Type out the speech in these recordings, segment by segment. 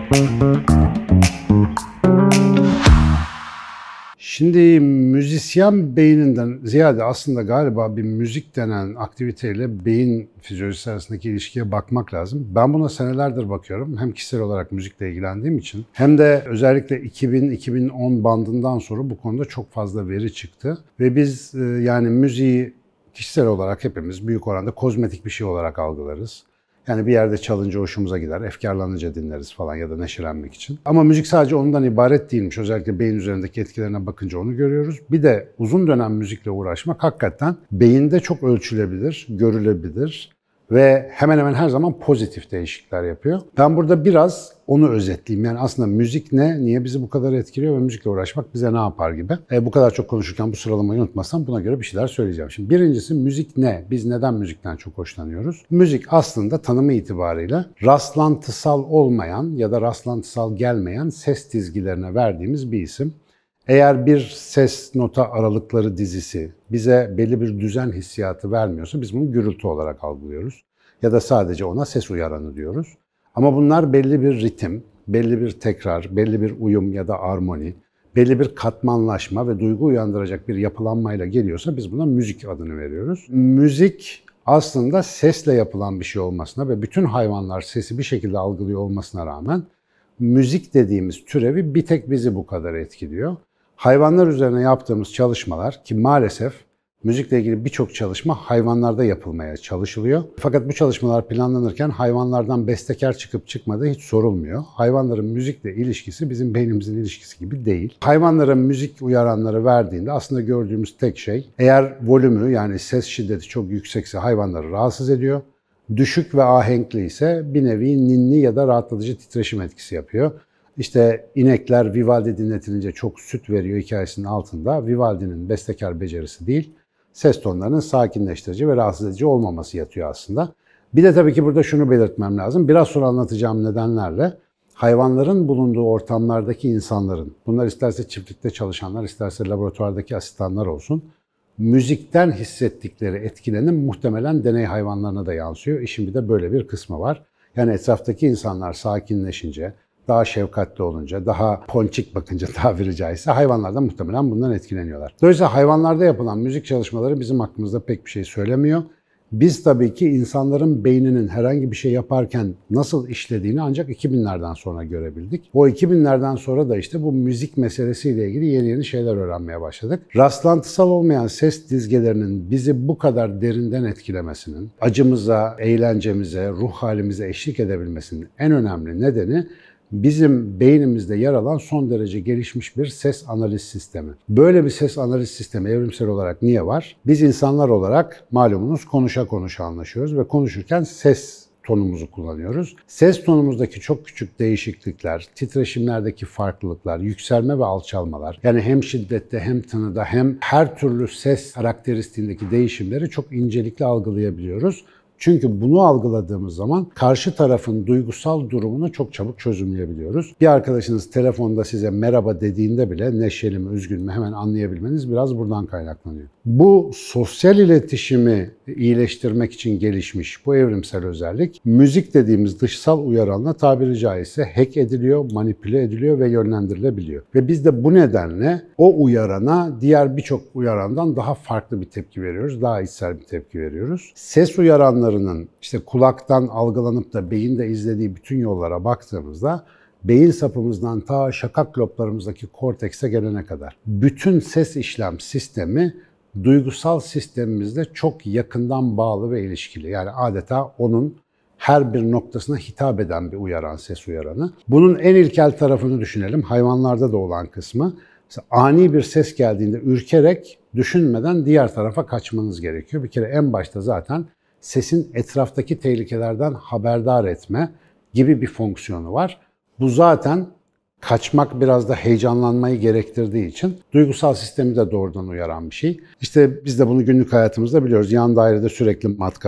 Şimdi müzisyen beyninden ziyade aslında galiba bir müzik denen aktiviteyle beyin fizyolojisi arasındaki ilişkiye bakmak lazım. Ben buna senelerdir bakıyorum. Hem kişisel olarak müzikle ilgilendiğim için hem de özellikle 2000-2010 bandından sonra bu konuda çok fazla veri çıktı. Ve biz yani müziği kişisel olarak hepimiz büyük oranda kozmetik bir şey olarak algılarız. Yani bir yerde çalınca hoşumuza gider, efkarlanınca dinleriz falan ya da neşelenmek için. Ama müzik sadece ondan ibaret değilmiş. Özellikle beyin üzerindeki etkilerine bakınca onu görüyoruz. Bir de uzun dönem müzikle uğraşmak hakikaten beyinde çok ölçülebilir, görülebilir ve hemen hemen her zaman pozitif değişiklikler yapıyor. Ben burada biraz onu özetleyeyim. Yani aslında müzik ne, niye bizi bu kadar etkiliyor ve müzikle uğraşmak bize ne yapar gibi. Bu kadar çok konuşurken bu sıralamayı unutmasam buna göre bir şeyler söyleyeceğim. Şimdi birincisi müzik ne? Biz neden müzikten çok hoşlanıyoruz? Müzik aslında tanımı itibariyle rastlantısal olmayan ya da rastlantısal gelmeyen ses dizgilerine verdiğimiz bir isim. Eğer bir ses nota aralıkları dizisi bize belli bir düzen hissiyatı vermiyorsa biz bunu gürültü olarak algılıyoruz. Ya da sadece ona ses uyaranı diyoruz. Ama bunlar belli bir ritim, belli bir tekrar, belli bir uyum ya da armoni, belli bir katmanlaşma ve duygu uyandıracak bir yapılanmayla geliyorsa biz buna müzik adını veriyoruz. Müzik aslında sesle yapılan bir şey olmasına ve bütün hayvanlar sesi bir şekilde algılıyor olmasına rağmen müzik dediğimiz türevi bir tek bizi bu kadar etkiliyor. Hayvanlar üzerine yaptığımız çalışmalar ki maalesef müzikle ilgili birçok çalışma hayvanlarda yapılmaya çalışılıyor. Fakat bu çalışmalar planlanırken hayvanlardan bestekar çıkıp çıkmadığı hiç sorulmuyor. Hayvanların müzikle ilişkisi bizim beynimizin ilişkisi gibi değil. Hayvanlara müzik uyaranları verdiğinde aslında gördüğümüz tek şey eğer volümü yani ses şiddeti çok yüksekse hayvanları rahatsız ediyor. Düşük ve ahenkli ise bir nevi ninni ya da rahatlatıcı titreşim etkisi yapıyor. İşte inekler Vivaldi dinletilince çok süt veriyor hikayesinin altında Vivaldi'nin bestekar becerisi değil, ses tonlarının sakinleştirici ve rahatsız edici olmaması yatıyor aslında. Bir de tabii ki burada şunu belirtmem lazım. Biraz sonra anlatacağım nedenlerle hayvanların bulunduğu ortamlardaki insanların, bunlar isterse çiftlikte çalışanlar, isterse laboratuvardaki asistanlar olsun, müzikten hissettikleri etkilenim muhtemelen deney hayvanlarına da yansıyor. İşin bir de böyle bir kısmı var. Yani etraftaki insanlar sakinleşince, daha şefkatli olunca, daha ponçik bakınca tabiri caizse hayvanlar da muhtemelen bundan etkileniyorlar. Dolayısıyla hayvanlarda yapılan müzik çalışmaları bizim hakkımızda pek bir şey söylemiyor. Biz tabii ki insanların beyninin herhangi bir şey yaparken nasıl işlediğini ancak 2000'lerden sonra görebildik. O 2000'lerden sonra da işte bu müzik meselesiyle ilgili yeni şeyler öğrenmeye başladık. Rastlantısal olmayan ses dizgelerinin bizi bu kadar derinden etkilemesinin, acımıza, eğlencemize, ruh halimize eşlik edebilmesinin en önemli nedeni bizim beynimizde yer alan son derece gelişmiş bir ses analiz sistemi. Böyle bir ses analiz sistemi evrimsel olarak niye var? Biz insanlar olarak malumunuz konuşa konuşa anlaşıyoruz ve konuşurken ses tonumuzu kullanıyoruz. Ses tonumuzdaki çok küçük değişiklikler, titreşimlerdeki farklılıklar, yükselme ve alçalmalar, yani hem şiddette hem tınıda hem her türlü ses karakteristiğindeki değişimleri çok incelikli algılayabiliyoruz. Çünkü bunu algıladığımız zaman karşı tarafın duygusal durumunu çok çabuk çözümleyebiliyoruz. Bir arkadaşınız telefonda size merhaba dediğinde bile neşeli mi, üzgün mü hemen anlayabilmeniz biraz buradan kaynaklanıyor. Bu sosyal iletişimi iyileştirmek için gelişmiş bu evrimsel özellik, müzik dediğimiz dışsal uyaranla tabiri caizse hack ediliyor, manipüle ediliyor ve yönlendirilebiliyor. Ve biz de bu nedenle o uyarana diğer birçok uyarandan daha farklı bir tepki veriyoruz, daha içsel bir tepki veriyoruz. Ses uyaranlarının işte kulaktan algılanıp da beyinde izlediği bütün yollara baktığımızda beyin sapımızdan ta şakak loblarımızdaki kortekse gelene kadar bütün ses işlem sistemi duygusal sistemimizde çok yakından bağlı ve ilişkili. Yani adeta onun her bir noktasına hitap eden bir uyaran, ses uyaranı. Bunun en ilkel tarafını düşünelim, hayvanlarda da olan kısmı. Mesela ani bir ses geldiğinde ürkerek, düşünmeden diğer tarafa kaçmanız gerekiyor. Bir kere en başta zaten sesin etraftaki tehlikelerden haberdar etme gibi bir fonksiyonu var. Bu zaten kaçmak biraz da heyecanlanmayı gerektirdiği için duygusal sistemi de doğrudan uyaran bir şey. İşte biz de bunu günlük hayatımızda biliyoruz. Yan dairede sürekli matkap,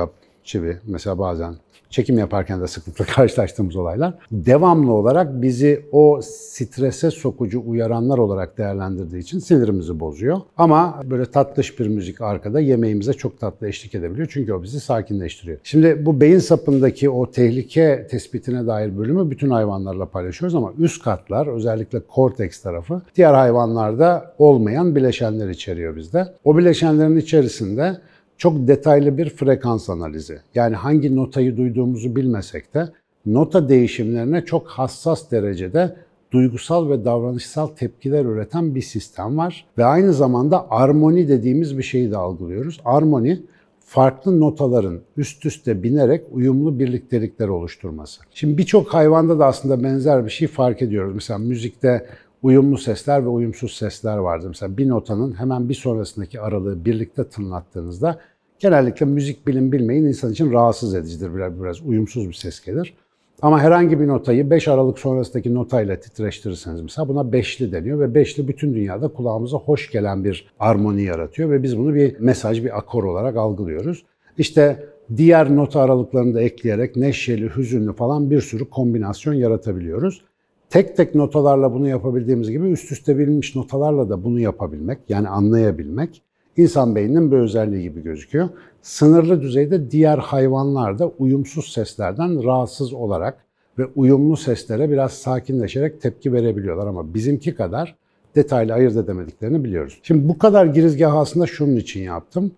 çivi, mesela bazen çekim yaparken de sıklıkla karşılaştığımız olaylar, devamlı olarak bizi o strese sokucu uyaranlar olarak değerlendirdiği için sinirimizi bozuyor. Ama böyle tatlış bir müzik arkada yemeğimize çok tatlı eşlik edebiliyor. Çünkü o bizi sakinleştiriyor. Şimdi bu beyin sapındaki o tehlike tespitine dair bölümü bütün hayvanlarla paylaşıyoruz ama üst katlar, özellikle korteks tarafı, diğer hayvanlarda olmayan bileşenler içeriyor bizde. O bileşenlerin içerisinde çok detaylı bir frekans analizi. Yani hangi notayı duyduğumuzu bilmesek de nota değişimlerine çok hassas derecede duygusal ve davranışsal tepkiler üreten bir sistem var. Ve aynı zamanda armoni dediğimiz bir şeyi de algılıyoruz. Armoni, farklı notaların üst üste binerek uyumlu birliktelikler oluşturması. Şimdi birçok hayvanda da aslında benzer bir şey fark ediyoruz. Mesela müzikte uyumlu sesler ve uyumsuz sesler vardır. Mesela bir notanın hemen bir sonrasındaki aralığı birlikte tınlattığınızda genellikle müzik bilmeyin insan için rahatsız edicidir. Biraz uyumsuz bir ses gelir. Ama herhangi bir notayı 5 aralık sonrasındaki notayla titreştirirseniz mesela buna beşli deniyor ve beşli bütün dünyada kulağımıza hoş gelen bir armoni yaratıyor ve biz bunu bir mesaj, bir akor olarak algılıyoruz. İşte diğer nota aralıklarını da ekleyerek neşeli, hüzünlü falan bir sürü kombinasyon yaratabiliyoruz. Tek tek notalarla bunu yapabildiğimiz gibi üst üste bilinmiş notalarla da bunu yapabilmek, yani anlayabilmek insan beyninin bir özelliği gibi gözüküyor. Sınırlı düzeyde diğer hayvanlar da uyumsuz seslerden rahatsız olarak ve uyumlu seslere biraz sakinleşerek tepki verebiliyorlar ama bizimki kadar detaylı ayırt edemediklerini biliyoruz. Şimdi bu kadar girizgahı aslında şunun için yaptım.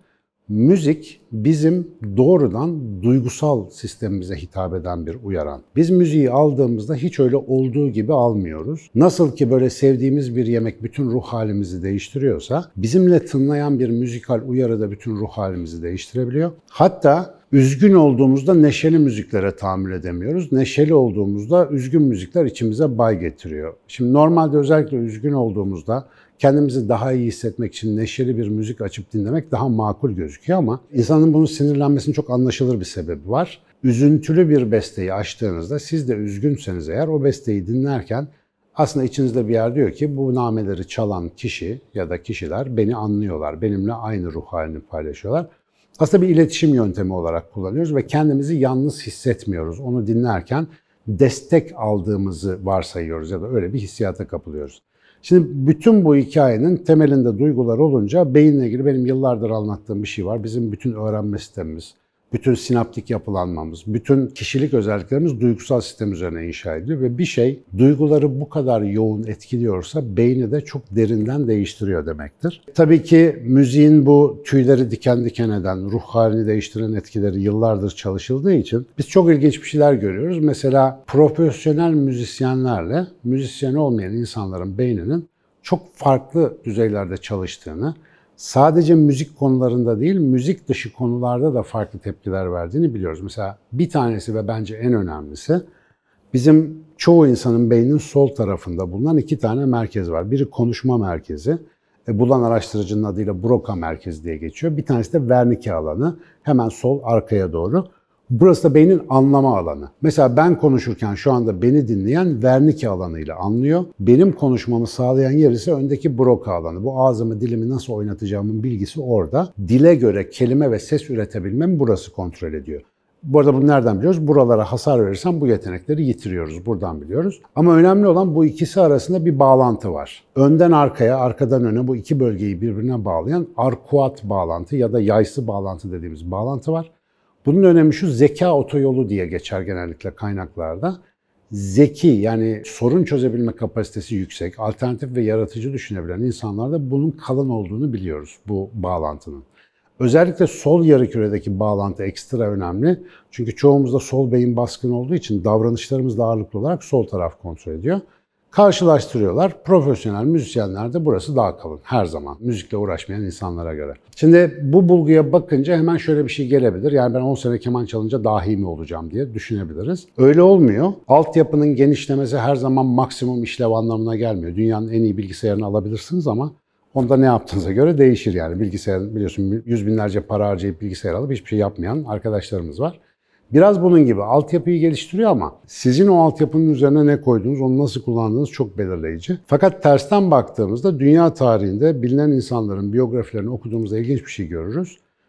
Müzik bizim doğrudan duygusal sistemimize hitap eden bir uyaran. Biz müziği aldığımızda hiç öyle olduğu gibi almıyoruz. Nasıl ki böyle sevdiğimiz bir yemek bütün ruh halimizi değiştiriyorsa, bizimle tınlayan bir müzikal uyarı da bütün ruh halimizi değiştirebiliyor. Hatta üzgün olduğumuzda neşeli müziklere tahammül edemiyoruz. Neşeli olduğumuzda üzgün müzikler içimize bay getiriyor. Şimdi normalde özellikle üzgün olduğumuzda kendimizi daha iyi hissetmek için neşeli bir müzik açıp dinlemek daha makul gözüküyor ama insanın bunun sinirlenmesinin çok anlaşılır bir sebebi var. Üzüntülü bir besteyi açtığınızda siz de üzgünseniz eğer o besteyi dinlerken aslında içinizde bir yer diyor ki bu nameleri çalan kişi ya da kişiler beni anlıyorlar, benimle aynı ruh halini paylaşıyorlar. Aslında bir iletişim yöntemi olarak kullanıyoruz ve kendimizi yalnız hissetmiyoruz. Onu dinlerken destek aldığımızı varsayıyoruz ya da öyle bir hissiyata kapılıyoruz. Şimdi bütün bu hikayenin temelinde duygular olunca beyinle ilgili benim yıllardır anlattığım bir şey var. Bizim bütün öğrenme sistemimiz, bütün sinaptik yapılanmamız, bütün kişilik özelliklerimiz duygusal sistem üzerine inşa ediliyor ve bir şey duyguları bu kadar yoğun etkiliyorsa beyni de çok derinden değiştiriyor demektir. Tabii ki müziğin bu tüyleri diken diken eden, ruh halini değiştiren etkileri yıllardır çalışıldığı için biz çok ilginç bir şeyler görüyoruz. Mesela profesyonel müzisyenlerle müzisyen olmayan insanların beyninin çok farklı düzeylerde çalıştığını, sadece müzik konularında değil, müzik dışı konularda da farklı tepkiler verdiğini biliyoruz. Mesela bir tanesi ve bence en önemlisi, bizim çoğu insanın beyninin sol tarafında bulunan 2 tane merkez var. Biri konuşma merkezi, bulan araştırıcının adıyla Broca merkezi diye geçiyor. Bir tanesi de Wernicke alanı, hemen sol arkaya doğru. Burası da beynin anlama alanı. Mesela ben konuşurken şu anda beni dinleyen Wernicke alanıyla anlıyor. Benim konuşmamı sağlayan yer ise öndeki Broca alanı. Bu ağzımı, dilimi nasıl oynatacağımın bilgisi orada. Dile göre kelime ve ses üretebilmemi burası kontrol ediyor. Bu arada bunu nereden biliyoruz? Buralara hasar verirsem bu yetenekleri yitiriyoruz. Buradan biliyoruz. Ama önemli olan bu ikisi arasında bir bağlantı var. Önden arkaya, arkadan öne bu iki bölgeyi birbirine bağlayan arkuat bağlantı ya da yaysı bağlantı dediğimiz bağlantı var. Bunun önemi şu, zeka otoyolu diye geçer genellikle kaynaklarda. Zeki, yani sorun çözebilme kapasitesi yüksek, alternatif ve yaratıcı düşünebilen insanlarda bunun kalın olduğunu biliyoruz, bu bağlantının. Özellikle sol yarıküredeki bağlantı ekstra önemli. Çünkü çoğumuzda sol beyin baskın olduğu için davranışlarımız da ağırlıklı olarak sol taraf kontrol ediyor. Karşılaştırıyorlar. Profesyonel müzisyenlerde burası daha kalın her zaman. Müzikle uğraşmayan insanlara göre. Şimdi bu bulguya bakınca hemen şöyle bir şey gelebilir. Yani ben 10 sene keman çalınca dahi mi olacağım diye düşünebiliriz. Öyle olmuyor. Altyapının genişlemesi her zaman maksimum işlev anlamına gelmiyor. Dünyanın en iyi bilgisayarını alabilirsiniz ama onda ne yaptığınıza göre değişir yani. Bilgisayar, biliyorsun, yüz binlerce para harcayıp bilgisayar alıp hiçbir şey yapmayan arkadaşlarımız var. Biraz bunun gibi altyapıyı geliştiriyor ama sizin o altyapının üzerine ne koyduğunuz, onu nasıl kullandığınız çok belirleyici. Fakat tersten baktığımızda dünya tarihinde bilinen insanların biyografilerini okuduğumuzda ilginç bir şey görürüz.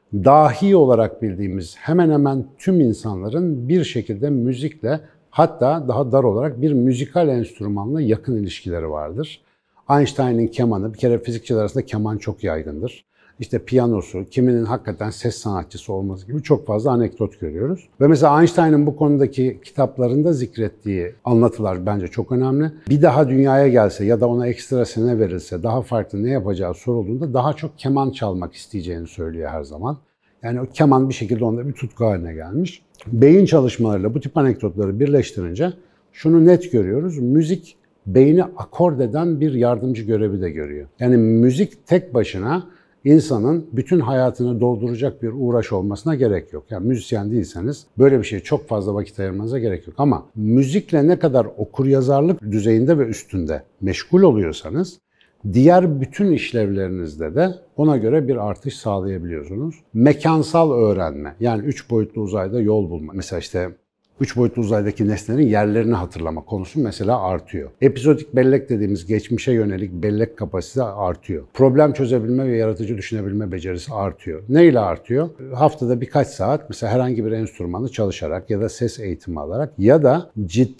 dahi olarak bildiğimiz hemen hemen tüm insanların bir şekilde müzikle, hatta daha dar olarak bir müzikal enstrümanla yakın ilişkileri vardır. Einstein'ın kemanı, bir kere fizikçiler arasında keman çok yaygındır. İşte piyanosu, kiminin hakikaten ses sanatçısı olması gibi çok fazla anekdot görüyoruz. Ve mesela Einstein'ın bu konudaki kitaplarında zikrettiği anlatılar bence çok önemli. Bir daha dünyaya gelse ya da ona ekstra sene verilse daha farklı ne yapacağı sorulduğunda daha çok keman çalmak isteyeceğini söylüyor her zaman. Yani o keman bir şekilde onda bir tutku haline gelmiş. Beyin çalışmalarıyla bu tip anekdotları birleştirince şunu net görüyoruz. Müzik beyni akord eden bir yardımcı görevi de görüyor. Yani müzik tek başına insanın bütün hayatını dolduracak bir uğraş olmasına gerek yok. Yani müzisyen değilseniz böyle bir şeye çok fazla vakit ayırmanıza gerek yok. Ama müzikle ne kadar okuryazarlık düzeyinde ve üstünde meşgul oluyorsanız diğer bütün işlevlerinizde de ona göre bir artış sağlayabiliyorsunuz. Mekansal öğrenme, yani 3 boyutlu uzayda yol bulma. Mesela işte 3 boyutlu uzaydaki nesnelerin yerlerini hatırlama konusu mesela artıyor. Epizodik bellek dediğimiz geçmişe yönelik bellek kapasitesi artıyor. Problem çözebilme ve yaratıcı düşünebilme becerisi artıyor. Neyle artıyor? Haftada birkaç saat mesela herhangi bir enstrümanı çalışarak ya da ses eğitimi alarak ya da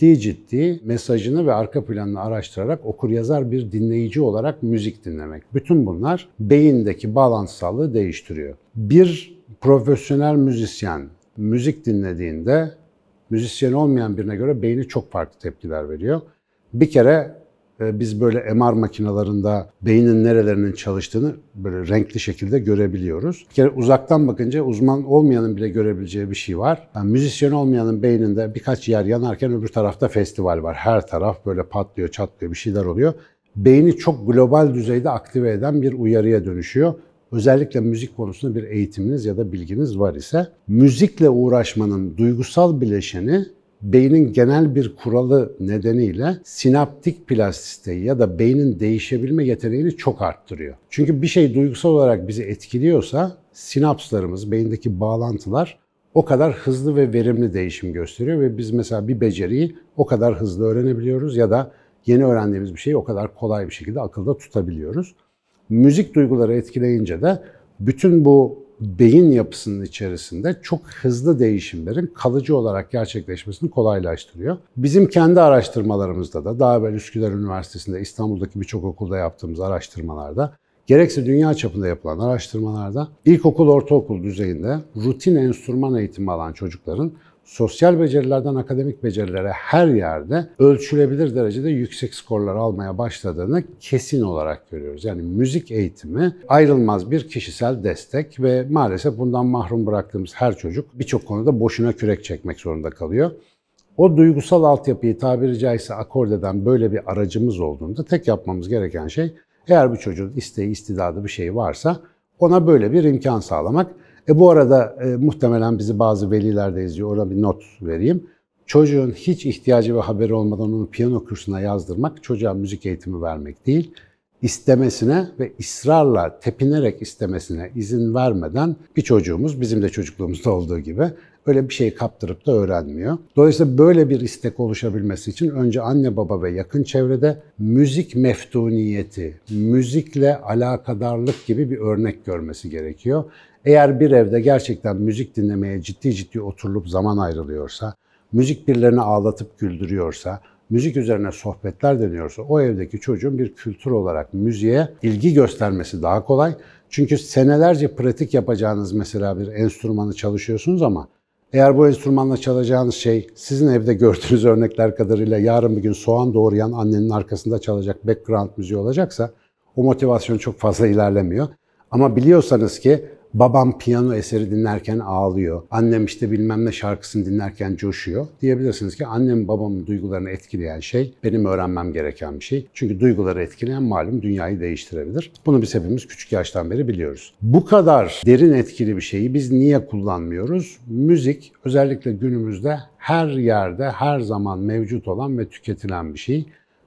ciddi mesajını ve arka planını araştırarak okuryazar bir dinleyici olarak müzik dinlemek. Bütün bunlar beyindeki bağlantısallığı değiştiriyor. Bir profesyonel müzisyen müzik dinlediğinde müzisyen olmayan birine göre beyni çok farklı tepkiler veriyor. Bir kere biz böyle MR makinalarında beynin nerelerinin çalıştığını böyle renkli şekilde görebiliyoruz. Bir kere uzaktan bakınca uzman olmayanın bile görebileceği bir şey var. Yani müzisyen olmayanın beyninde birkaç yer yanarken öbür tarafta festival var. Her taraf böyle patlıyor, çatlıyor, bir şeyler oluyor. Beyni çok global düzeyde aktive eden bir uyarıya dönüşüyor. Özellikle müzik konusunda bir eğitiminiz ya da bilginiz var ise, müzikle uğraşmanın duygusal bileşeni beynin genel bir kuralı nedeniyle sinaptik plastisiteyi ya da beynin değişebilme yeteneğini çok arttırıyor. Çünkü bir şey duygusal olarak bizi etkiliyorsa sinapslarımız, beyindeki bağlantılar o kadar hızlı ve verimli değişim gösteriyor ve biz mesela bir beceriyi o kadar hızlı öğrenebiliyoruz ya da yeni öğrendiğimiz bir şeyi o kadar kolay bir şekilde akılda tutabiliyoruz. Müzik duyguları etkileyince de bütün bu beyin yapısının içerisinde çok hızlı değişimlerin kalıcı olarak gerçekleşmesini kolaylaştırıyor. Bizim kendi araştırmalarımızda da daha evvel Üsküdar Üniversitesi'nde, İstanbul'daki birçok okulda yaptığımız araştırmalarda, gerekse dünya çapında yapılan araştırmalarda ilkokul, ortaokul düzeyinde rutin enstrüman eğitimi alan çocukların sosyal becerilerden akademik becerilere her yerde ölçülebilir derecede yüksek skorlar almaya başladığını kesin olarak görüyoruz. Yani müzik eğitimi ayrılmaz bir kişisel destek ve maalesef bundan mahrum bıraktığımız her çocuk birçok konuda boşuna kürek çekmek zorunda kalıyor. O duygusal altyapıyı tabiri caizse akord eden böyle bir aracımız olduğunda tek yapmamız gereken şey, eğer bir çocuğun isteği, istidadı bir şey varsa ona böyle bir imkan sağlamak. Bu arada muhtemelen bizi bazı veliler de izliyor. Orada bir not vereyim. Çocuğun hiç ihtiyacı ve haberi olmadan onu piyano kursuna yazdırmak, çocuğa müzik eğitimi vermek değil. İstemesine ve ısrarla tepinerek istemesine izin vermeden bir çocuğumuz, bizim de çocukluğumuzda olduğu gibi, öyle bir şeyi kaptırıp da öğrenmiyor. Dolayısıyla böyle bir istek oluşabilmesi için önce anne baba ve yakın çevrede müzik meftuniyeti, müzikle alakadarlık gibi bir örnek görmesi gerekiyor. Eğer bir evde gerçekten müzik dinlemeye ciddi oturulup zaman ayrılıyorsa, müzik birilerini ağlatıp güldürüyorsa, müzik üzerine sohbetler dönüyorsa, o evdeki çocuğun bir kültür olarak müziğe ilgi göstermesi daha kolay. Çünkü senelerce pratik yapacağınız mesela bir enstrümanı çalışıyorsunuz ama eğer bu enstrümanla çalacağınız şey sizin evde gördüğünüz örnekler kadarıyla yarın bir gün soğan doğrayan annenin arkasında çalacak background müziği olacaksa o motivasyon çok fazla ilerlemiyor. Ama biliyorsanız ki babam piyano eseri dinlerken ağlıyor, annem işte bilmem ne şarkısını dinlerken coşuyor, diyebilirsiniz ki annem babamın duygularını etkileyen şey benim öğrenmem gereken bir şey. Çünkü duyguları etkileyen malum dünyayı değiştirebilir. Bunu biz hepimiz küçük yaştan beri biliyoruz. Bu kadar derin etkili bir şeyi biz niye kullanmıyoruz? Müzik özellikle günümüzde her yerde her zaman mevcut olan ve tüketilen bir şey.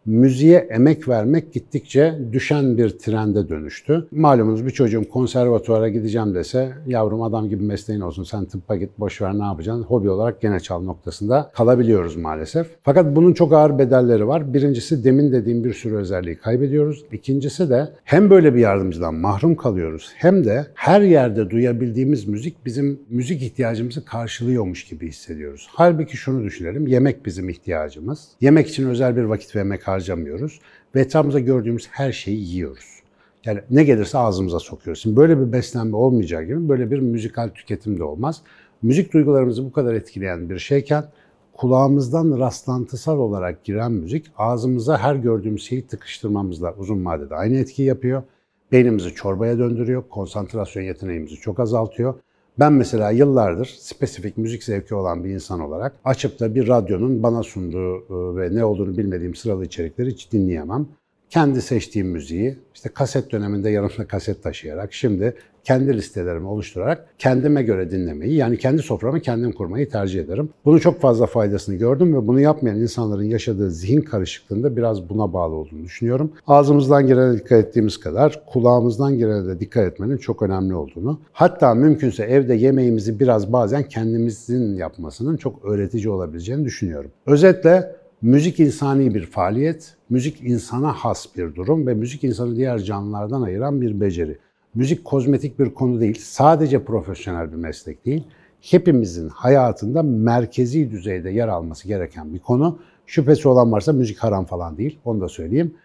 müziğe emek vermek gittikçe düşen bir trende dönüştü. Malumunuz bir çocuğum konservatuvara gideceğim dese, yavrum adam gibi mesleğin olsun sen tıbba git boşver ne yapacaksın, hobi olarak gene çal noktasında kalabiliyoruz maalesef. Fakat bunun çok ağır bedelleri var. Birincisi demin dediğim bir sürü özelliği kaybediyoruz. İkincisi de hem böyle bir yardımcıdan mahrum kalıyoruz hem de her yerde duyabildiğimiz müzik bizim müzik ihtiyacımızı karşılıyormuş gibi hissediyoruz. Halbuki şunu düşünelim, yemek bizim ihtiyacımız. Yemek için özel bir vakit ve emek harcamıyoruz ve etrafımızda gördüğümüz her şeyi yiyoruz. Yani ne gelirse ağzımıza sokuyoruz. Şimdi böyle bir beslenme olmayacağı gibi böyle bir müzikal tüketim de olmaz. Müzik duygularımızı bu kadar etkileyen bir şeyken kulağımızdan rastlantısal olarak giren müzik ağzımıza her gördüğümüz şeyi tıkıştırmamızla uzun vadede aynı etkiyi yapıyor. Beynimizi çorbaya döndürüyor, konsantrasyon yeteneğimizi çok azaltıyor. Ben mesela yıllardır spesifik müzik zevki olan bir insan olarak açıp da bir radyonun bana sunduğu ve ne olduğunu bilmediğim sıralı içerikleri hiç dinleyemem. Kendi seçtiğim müziği, işte kaset döneminde yanımda kaset taşıyarak, şimdi kendi listelerimi oluşturarak kendime göre dinlemeyi, yani kendi soframı kendim kurmayı tercih ederim. Bunun çok fazla faydasını gördüm ve bunu yapmayan insanların yaşadığı zihin karışıklığında biraz buna bağlı olduğunu düşünüyorum. Ağzımızdan girene dikkat ettiğimiz kadar kulağımızdan girene de dikkat etmenin çok önemli olduğunu, hatta mümkünse evde yemeğimizi biraz bazen kendimizin yapmasının çok öğretici olabileceğini düşünüyorum. Özetle müzik insani bir faaliyet, müzik insana has bir durum ve müzik insanı diğer canlılardan ayıran bir beceri. Müzik kozmetik bir konu değil, sadece profesyonel bir meslek değil, hepimizin hayatında merkezi düzeyde yer alması gereken bir konu. Şüphesi olan varsa müzik haram falan değil, onu da söyleyeyim.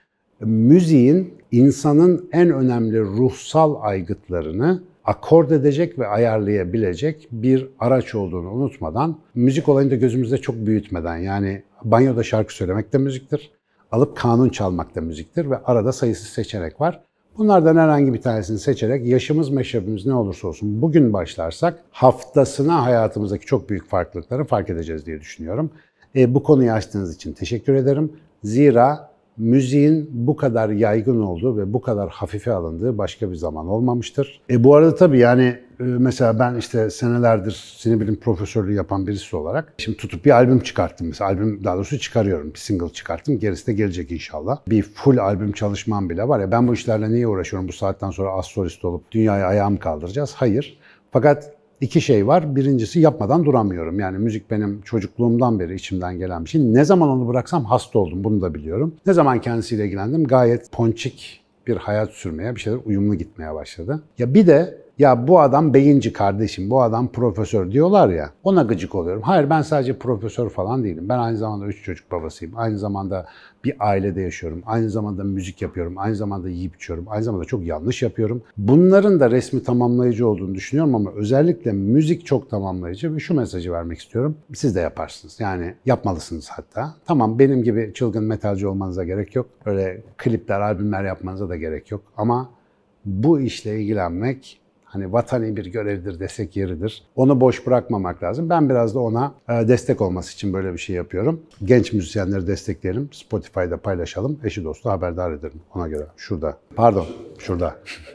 Müziğin insanın en önemli ruhsal aygıtlarını akord edecek ve ayarlayabilecek bir araç olduğunu unutmadan, müzik olayını da gözümüzde çok büyütmeden, yani banyoda şarkı söylemek de müziktir, alıp kanun çalmak da müziktir ve arada sayısız seçenek var. Bunlardan herhangi bir tanesini seçerek yaşımız meşrebimiz ne olursa olsun bugün başlarsak haftasına hayatımızdaki çok büyük farklılıkları fark edeceğiz diye düşünüyorum. Bu konuyu açtığınız için teşekkür ederim. Zira müziğin bu kadar yaygın olduğu ve bu kadar hafife alındığı başka bir zaman olmamıştır. Bu arada tabii yani mesela ben işte senelerdir sinir profesörlüğü yapan birisi olarak şimdi tutup bir albüm çıkarttım mesela. Albüm daha doğrusu çıkarıyorum. Bir single çıkarttım. Gerisi de gelecek inşallah. Bir full albüm çalışmam bile var ya, ben bu işlerle niye uğraşıyorum? Bu saatten sonra az solist olup dünyaya ayağımı kaldıracağız. Hayır. Fakat İki şey var. Birincisi yapmadan duramıyorum. Yani müzik benim çocukluğumdan beri içimden gelen bir şey. Ne zaman onu bıraksam hasta oldum. Bunu da biliyorum. Ne zaman kendisiyle ilgilendim gayet ponçik bir hayat sürmeye, bir şeyler uyumlu gitmeye başladı. Ya bir de ya bu adam beyinci kardeşim, bu adam profesör diyorlar ya, ona gıcık oluyorum. Hayır, ben sadece profesör falan değilim. Ben aynı zamanda 3 çocuk babasıyım. Aynı zamanda bir ailede yaşıyorum. Aynı zamanda müzik yapıyorum. Aynı zamanda yiyip içiyorum. Aynı zamanda çok yanlış yapıyorum. Bunların da resmi tamamlayıcı olduğunu düşünüyorum ama özellikle müzik çok tamamlayıcı ve şu mesajı vermek istiyorum. Siz de yaparsınız. Yani yapmalısınız hatta. Tamam, benim gibi çılgın metalci olmanıza gerek yok. Öyle klipler, albümler yapmanıza da gerek yok. Ama bu işle ilgilenmek hani vatani bir görevdir desek yeridir. Onu boş bırakmamak lazım. Ben biraz da ona destek olması için böyle bir şey yapıyorum. Genç müzisyenleri destekleyelim. Spotify'da paylaşalım. Eşi dostu haberdar ederim ona göre. Şurada.